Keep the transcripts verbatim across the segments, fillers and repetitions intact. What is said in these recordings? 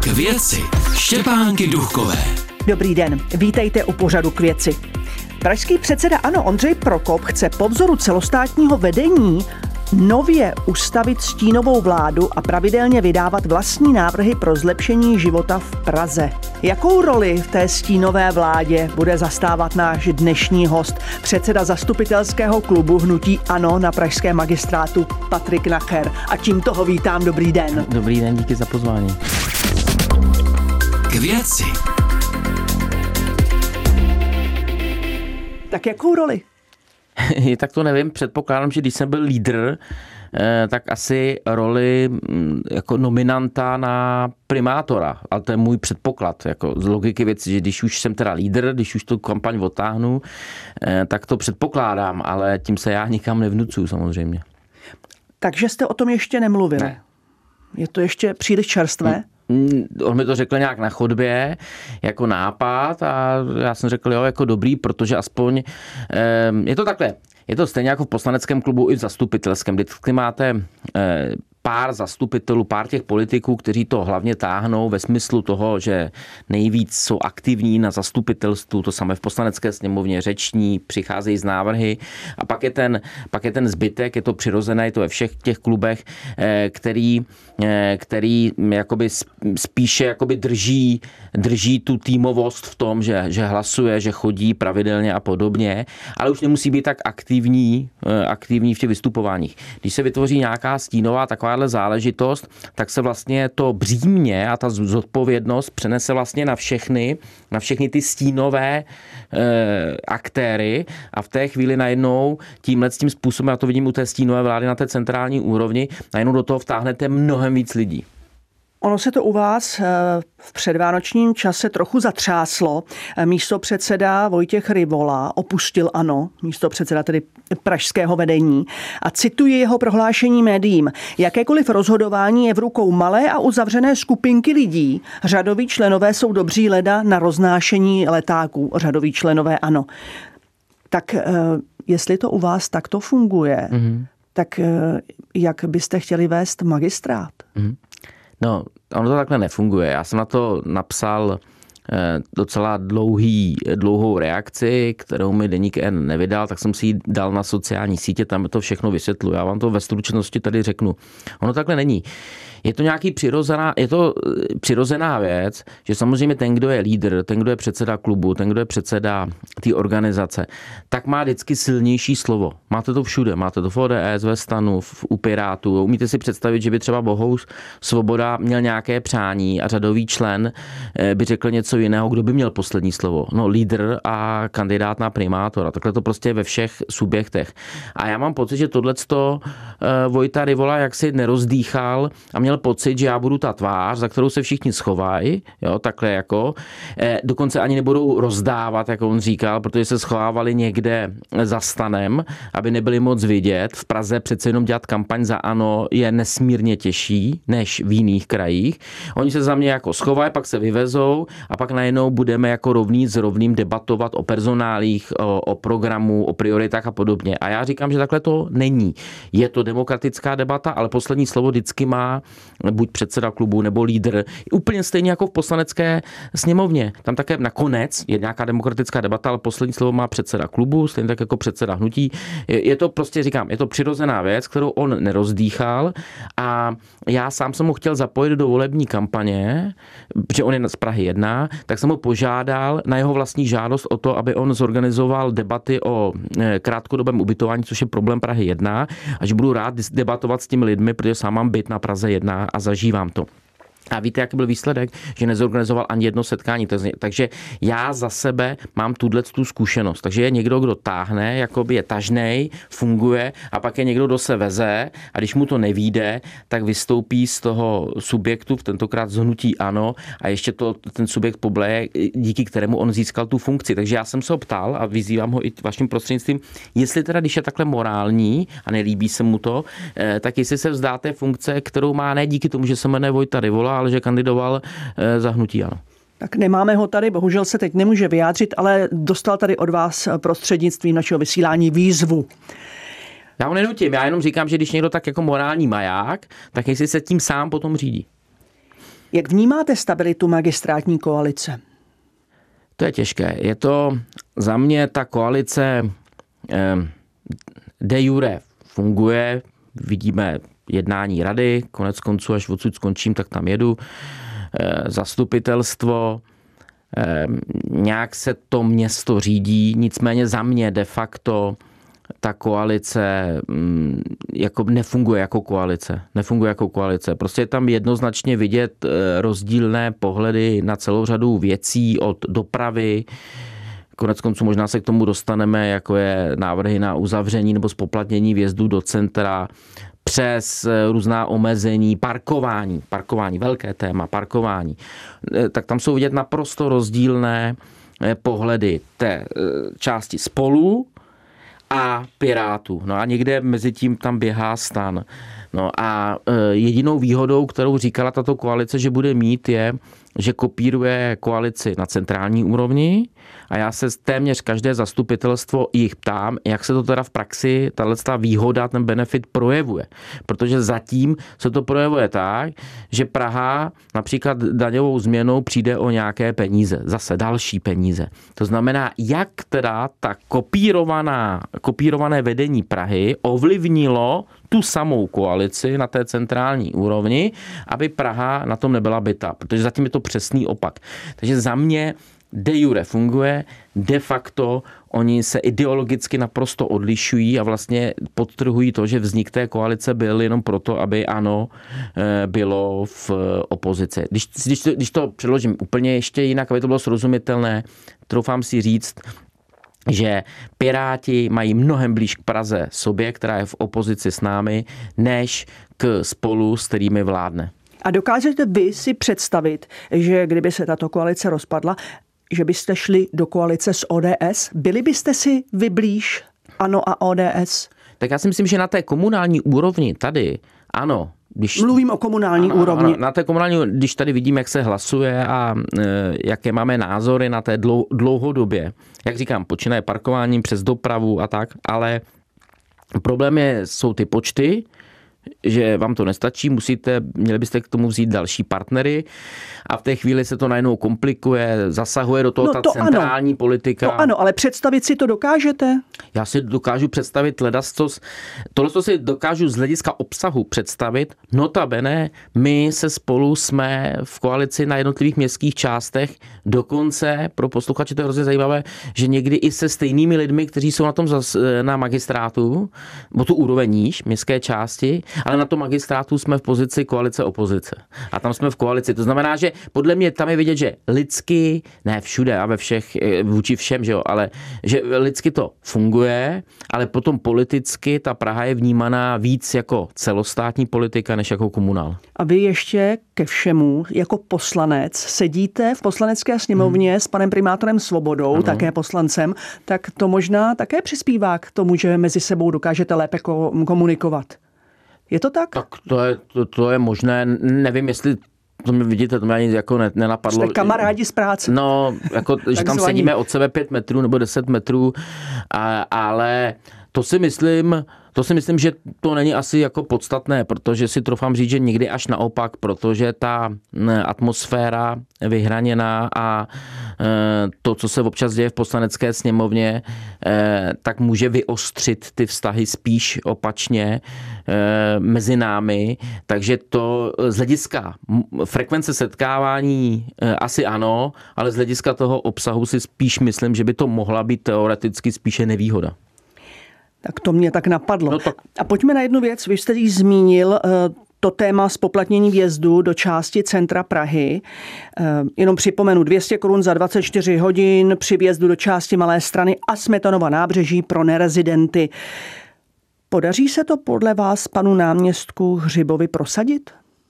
K věci Štěpánky Duchkové. Dobrý den, vítejte u pořadu K věci. Pražský předseda ANO Ondřej Prokop chce po vzoru celostátního vedení nově ustavit stínovou vládu a pravidelně vydávat vlastní návrhy pro zlepšení života v Praze. Jakou roli v té stínové vládě bude zastávat náš dnešní host, předseda zastupitelského klubu hnutí ANO na pražském magistrátu Patrik Nacher? A tímto ho vítám, dobrý den. Dobrý den, díky za pozvání. K věci. Tak jakou roli? Tak to nevím, předpokládám, že když jsem byl lídr, tak asi roli jako nominanta na primátora, ale to je můj předpoklad, jako z logiky věci, že když už jsem teda lídr, když už tu kampaň odtáhnu, tak to předpokládám, ale tím se já nikam nevnucuju samozřejmě. Takže jste o tom ještě nemluvili? Ne. Je to ještě příliš čerstvé? On mi to řekl nějak na chodbě, jako nápad a já jsem řekl, jo, jako dobrý, protože aspoň je to takhle. Je to stejně jako v poslaneckém klubu i v zastupitelském. Vždycky máte pár zastupitelů, pár těch politiků, kteří to hlavně táhnou ve smyslu toho, že nejvíc jsou aktivní na zastupitelstvu, to samé v poslanecké sněmovně, řeční, přicházejí z návrhy a pak je ten, pak je ten zbytek, je to přirozené, je to ve všech těch klubech, který, který jakoby spíše jakoby drží, drží tu týmovost v tom, že, že hlasuje, že chodí pravidelně a podobně, ale už nemusí být tak aktivní, aktivní v těch vystupováních. Když se vytvoří nějaká stínová taková záležitost, tak se vlastně to břímě a ta zodpovědnost přenese vlastně na všechny, na všechny ty stínové e, aktéry a v té chvíli najednou tímhle tím způsobem, já to vidím u té stínové vlády na té centrální úrovni, najednou do toho vtáhnete mnohem víc lidí. Ono se to u vás v předvánočním čase trochu zatřáslo. Místopředseda Vojtěch Rivola opustil ANO, místopředseda tedy pražského vedení. A cituji jeho prohlášení médiím. Jakékoliv rozhodování je v rukou malé a uzavřené skupinky lidí. Řadoví členové jsou dobří leda na roznášení letáků. Řadoví členové ANO. Tak jestli to u vás takto funguje, mm-hmm. tak jak byste chtěli vést magistrát? Mm-hmm. No, ono to takhle nefunguje. Já jsem na to napsal docela dlouhý, dlouhou reakci, kterou mi Deník N nevydal, tak jsem si ji dal na sociální sítě, tam to všechno vysvětluji. Já vám to ve stručnosti tady řeknu. Ono takhle není. Je to nějaký přirozená, je to přirozená věc, že samozřejmě ten, kdo je lídr, ten, kdo je předseda klubu, ten, kdo je předseda té organizace, tak má vždycky silnější slovo. Máte to všude, máte to v O D S, ve STANu, v U Pirátu. Umíte si představit, že by třeba Bohuš Svoboda měl nějaké přání a řadový člen by řekl něco jiného, kdo by měl poslední slovo. No, lídr a kandidát na primátora. Takhle to prostě ve všech subjektech. A já mám pocit, že tohleto Vojta Rivola jaksi nerozdýchal a měl pocit, že já budu ta tvář, za kterou se všichni schovají, jo, takhle jako. E, dokonce ani nebudou rozdávat, jak on říkal, protože se schovávali někde za stanem, aby nebyli moc vidět. V Praze přece jenom dělat kampaň za ANO je nesmírně těžší než v jiných krajích. Oni se za mě jako schovají, pak se vyvezou a pak najednou budeme jako rovný s rovným debatovat o personálích, o, o programu, o prioritách a podobně. A já říkám, že takhle to není. Je to demokratická debata, ale poslední slovo vždycky má buď předseda klubu nebo lídr. Úplně stejně jako v poslanecké sněmovně. Tam také nakonec je nějaká demokratická debata, ale poslední slovo má předseda klubu, stejně tak jako předseda hnutí. Je, je to prostě, říkám, je to přirozená věc, kterou on nerozdýchal a já sám jsem ho chtěl zapojit do volební kampaně, protože on je z Prahy jedna, tak jsem ho požádal na jeho vlastní žádost o to, aby on zorganizoval debaty o krátkodobém ubytování, což je problém Prahy jedna, a že budu rád debatovat s těmi lidmi, protože sám mám byt na Praze jedna a zažívám to. A víte, jaký byl výsledek? Že nezorganizoval ani jedno setkání. Takže já za sebe mám tu zkušenost. Takže je někdo, kdo táhne, jakoby je tažnej, funguje a pak je někdo, kdo se veze a když mu to nevíde, tak vystoupí z toho subjektu, v tentokrát z hnutí ANO a ještě to ten subjekt pobleje, díky kterému on získal tu funkci. Takže já jsem se ho ptal a vyzývám ho i vaším prostřednictvím, jestli teda, když je takhle morální a nelíbí se mu to, tak jestli se vzdáte funkce, kterou má ne díky tomu, že se jmenuje Vojta Rivola, ale že kandidoval za hnutí ANO. Tak nemáme ho tady, bohužel se teď nemůže vyjádřit, ale dostal tady od vás prostřednictvím našeho vysílání výzvu. Já ho nenutím, já jenom říkám, že když někdo tak jako morální maják, tak jestli se tím sám potom řídí. Jak vnímáte stabilitu magistrátní koalice? To je těžké. Je to za mě ta koalice eh, de jure funguje. Vidíme jednání rady, konec konců, až odsud skončím, tak tam jedu. Eh, zastupitelstvo, eh, nějak se to město řídí, nicméně za mě de facto ta koalice jako nefunguje jako koalice. Nefunguje jako koalice. Prostě je tam jednoznačně vidět rozdílné pohledy na celou řadu věcí od dopravy. Konec konců možná se k tomu dostaneme, jako je návrhy na uzavření nebo zpoplatnění vjezdu do centra, přes různá omezení, parkování, parkování, velké téma, parkování. Tak tam jsou vidět naprosto rozdílné pohledy té části Spolu a Pirátů. No a někde mezi tím tam běhá STAN. No a jedinou výhodou, kterou říkala tato koalice, že bude mít, je, že kopíruje koalici na centrální úrovni a já se téměř každé zastupitelstvo jich ptám, jak se to teda v praxi, tato výhoda, ten benefit projevuje. Protože zatím se to projevuje tak, že Praha například daňovou změnou přijde o nějaké peníze, zase další peníze. To znamená, jak teda ta kopírovaná, kopírované vedení Prahy ovlivnilo tu samou koalici na té centrální úrovni, aby Praha na tom nebyla bita, protože zatím je to přesný opak. Takže za mě de jure funguje, de facto oni se ideologicky naprosto odlišují a vlastně podtrhují to, že vznik té koalice byl jenom proto, aby ANO bylo v opozici. Když, když, to, když to přeložím úplně ještě jinak, aby to bylo srozumitelné, troufám si říct, že Piráti mají mnohem blíž k Praze sobě, která je v opozici s námi, než k Spolu, s kterými vládne. A dokážete vy si představit, že kdyby se tato koalice rozpadla, že byste šli do koalice s O D S? Byli byste si vy blíž ANO a O D S? Tak já si myslím, že na té komunální úrovni tady, ano. Když, Mluvím o komunální ano, úrovni. Ano, na té komunální, když tady vidím, jak se hlasuje a e, jaké máme názory na té dlou, dlouhodobě, jak říkám, počínaje parkováním přes dopravu a tak, ale problém je, jsou ty počty, že vám to nestačí, musíte, měli byste k tomu vzít další partnery a v té chvíli se to najednou komplikuje, zasahuje do toho no, ta to centrální ano. politika. To ano, ale představit si to dokážete? Já si dokážu představit ledascos, tohle to si dokážu z hlediska obsahu představit, notabene my se Spolu jsme v koalici na jednotlivých městských částech, dokonce pro posluchače to je hrozně zajímavé, že někdy i se stejnými lidmi, kteří jsou na tom zas, na magistrátu, o tu úroveň níž, městské části, ale na tom magistrátu jsme v pozici koalice opozice. A tam jsme v koalici. To znamená, že podle mě tam je vidět, že lidsky, ne všude a ve všech, vůči všem, že jo, ale že lidsky to funguje, ale potom politicky ta Praha je vnímaná víc jako celostátní politika, než jako komunál. A vy ještě ke všemu jako poslanec sedíte v poslanecké sněmovně hmm. s panem primátorem Svobodou, ano. také poslancem, tak to možná také přispívá k tomu, že mezi sebou dokážete lépe komunikovat. Je to tak? Tak to je, to, to je možné, nevím, jestli to mě vidíte, to mě ani jako ne, nenapadlo. Jste kamarádi z práce. No, jako, že tam sedíme od sebe pět metrů nebo deset metrů, a, ale to si myslím, to si myslím, že to není asi jako podstatné, protože si troufám říct, že někdy až naopak, protože ta atmosféra vyhraněná a to, co se občas děje v poslanecké sněmovně, tak může vyostřit ty vztahy spíš opačně mezi námi. Takže to z hlediska frekvence setkávání asi ano, ale z hlediska toho obsahu si spíš myslím, že by to mohla být teoreticky spíše nevýhoda. Tak to mě tak napadlo. No tak... A pojďme na jednu věc. Vy jste již zmínil to téma zpoplatnění vjezdu do části centra Prahy. Jenom připomenu, dvě stě korun za dvacet čtyři hodin při vjezdu do části Malé Strany a Smetanova nábřeží pro nerezidenty. Podaří se to podle vás panu náměstku Hřibovi prosadit?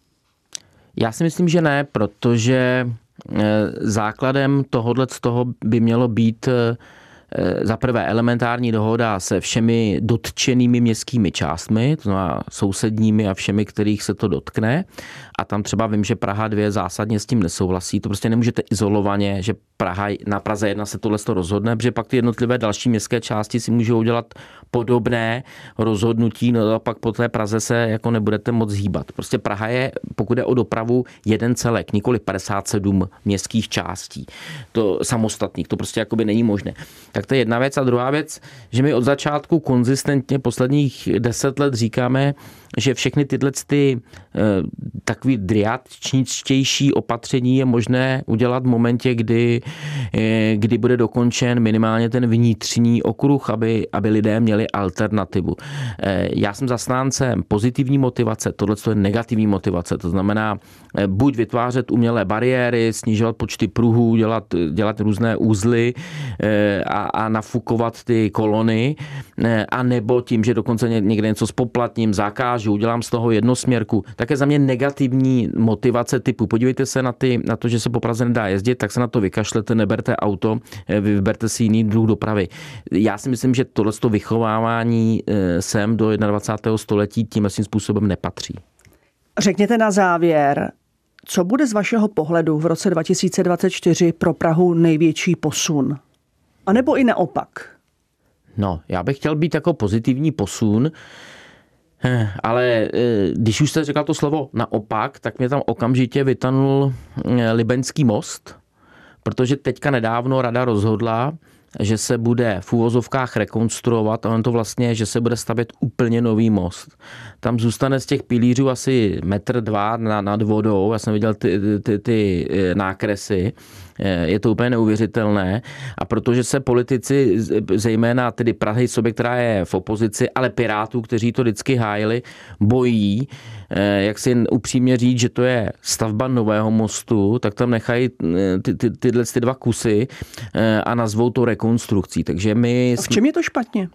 Já si myslím, že ne, protože základem tohohle z toho by mělo být za prvé elementární dohoda se všemi dotčenými městskými částmi, to znamená sousedními a všemi, kterých se to dotkne. A tam třeba vím, že Praha dva zásadně s tím nesouhlasí. To prostě nemůžete izolovaně, že Praha, na Praze jedna se tohle rozhodne, protože pak ty jednotlivé další městské části si můžou udělat podobné rozhodnutí, no a pak po té Praze se jako nebudete moc hýbat. Prostě Praha je, pokud je o dopravu, jeden celek, nikoli padesát sedm městských částí. To samostatných, to prostě jakoby není možné. Tak to je jedna věc. A druhá věc, že my od začátku konzistentně posledních deset let říkáme, že všechny tyhle ty e, takový driátčtější opatření je možné udělat v momentě, kdy, e, kdy bude dokončen minimálně ten vnitřní okruh, aby, aby lidé měli alternativu. E, já jsem zastáncem pozitivní motivace, tohle je negativní motivace, to znamená e, buď vytvářet umělé bariéry, snižovat počty pruhů, dělat, dělat různé úzly e, a, a nafukovat ty kolony, e, a nebo tím, že dokonce někde něco spoplatním, zakážu, udělám z toho jednosměrku, tak je za mě negativní motivace typu, podívejte se na, ty, na to, že se po Praze nedá jezdit, tak se na to vykašlete, neberte auto, vyberte si jiný druh dopravy. Já si myslím, že tohleto vychovávání sem do dvacátého prvního století tímhle způsobem nepatří. Řekněte na závěr, co bude z vašeho pohledu v roce dva tisíce dvacet čtyři pro Prahu největší posun? A nebo i naopak? No, já bych chtěl být jako pozitivní posun, ale když už jste řekla to slovo naopak, tak mě tam okamžitě vytanul Libeňský most, protože teďka nedávno rada rozhodla, že se bude v úvozovkách rekonstruovat a on to vlastně, že se bude stavět úplně nový most. Tam zůstane z těch pilířů asi metr dva nad vodou, já jsem viděl ty, ty, ty nákresy, je to úplně neuvěřitelné a protože se politici, zejména tedy Prahy sobě, která je v opozici, ale Pirátů, kteří to vždycky hájili, bojí, jak si upřímně říct, že to je stavba nového mostu, tak tam nechají ty, ty, tyhle ty dva kusy a nazvou to rekonstrukcí. Takže my... A v čem je to špatně?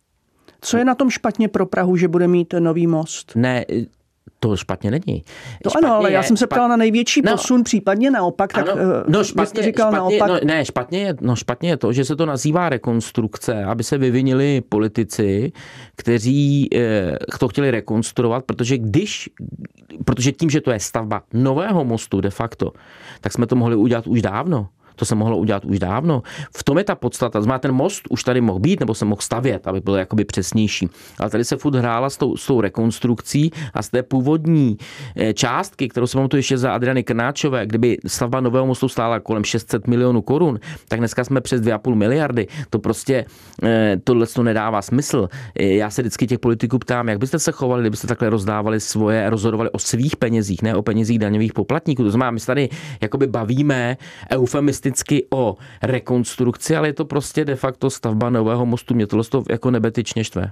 Co je na tom špatně pro Prahu, že bude mít nový most? Ne, to špatně není. To špatně ano, ale je, já jsem se ptala na největší no, posun, případně naopak. Tak, ano, no špatně, říkal špatně, naopak. no, ne, špatně je, no špatně je to, že se to nazývá rekonstrukce, aby se vyvinili politici, kteří eh, to chtěli rekonstruovat, protože když, protože tím, že to je stavba nového mostu de facto, tak jsme to mohli udělat už dávno. To se mohlo udělat už dávno. V tom je ta podstata. Znamená, ten most už tady mohl být, nebo se mohl stavět, aby byl jakoby přesnější. Ale tady se furt hrála s tou, s tou rekonstrukcí a z té původní částky, kterou se pamatuju ještě za Adriany Krnáčové, kdyby stavba nového mostu stála kolem šest set milionů korun, tak dneska jsme přes dvě a půl miliardy. To prostě tohle to nedává smysl. Já se vždycky těch politiků ptám, jak byste se chovali, kdybyste takhle rozdávali svoje, rozhodovali o svých penězích, ne o penězích daňových poplatníků. To znamená, my se tady jakoby bavíme eufemisticky o rekonstrukci, ale je to prostě de facto stavba nového mostu. Mě tohle jako nebetyčně štve.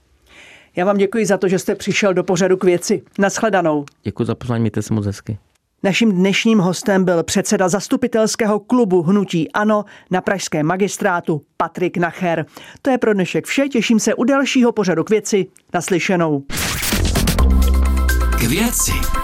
Já vám děkuji za to, že jste přišel do pořadu K věci. Naschledanou. Děkuji za pozvání, mějte se moc hezky. Naším dnešním hostem byl předseda zastupitelského klubu hnutí ANO na pražském magistrátu Patrik Nacher. To je pro dnešek vše, těším se u dalšího pořadu K věci. Naslyšenou. K věci.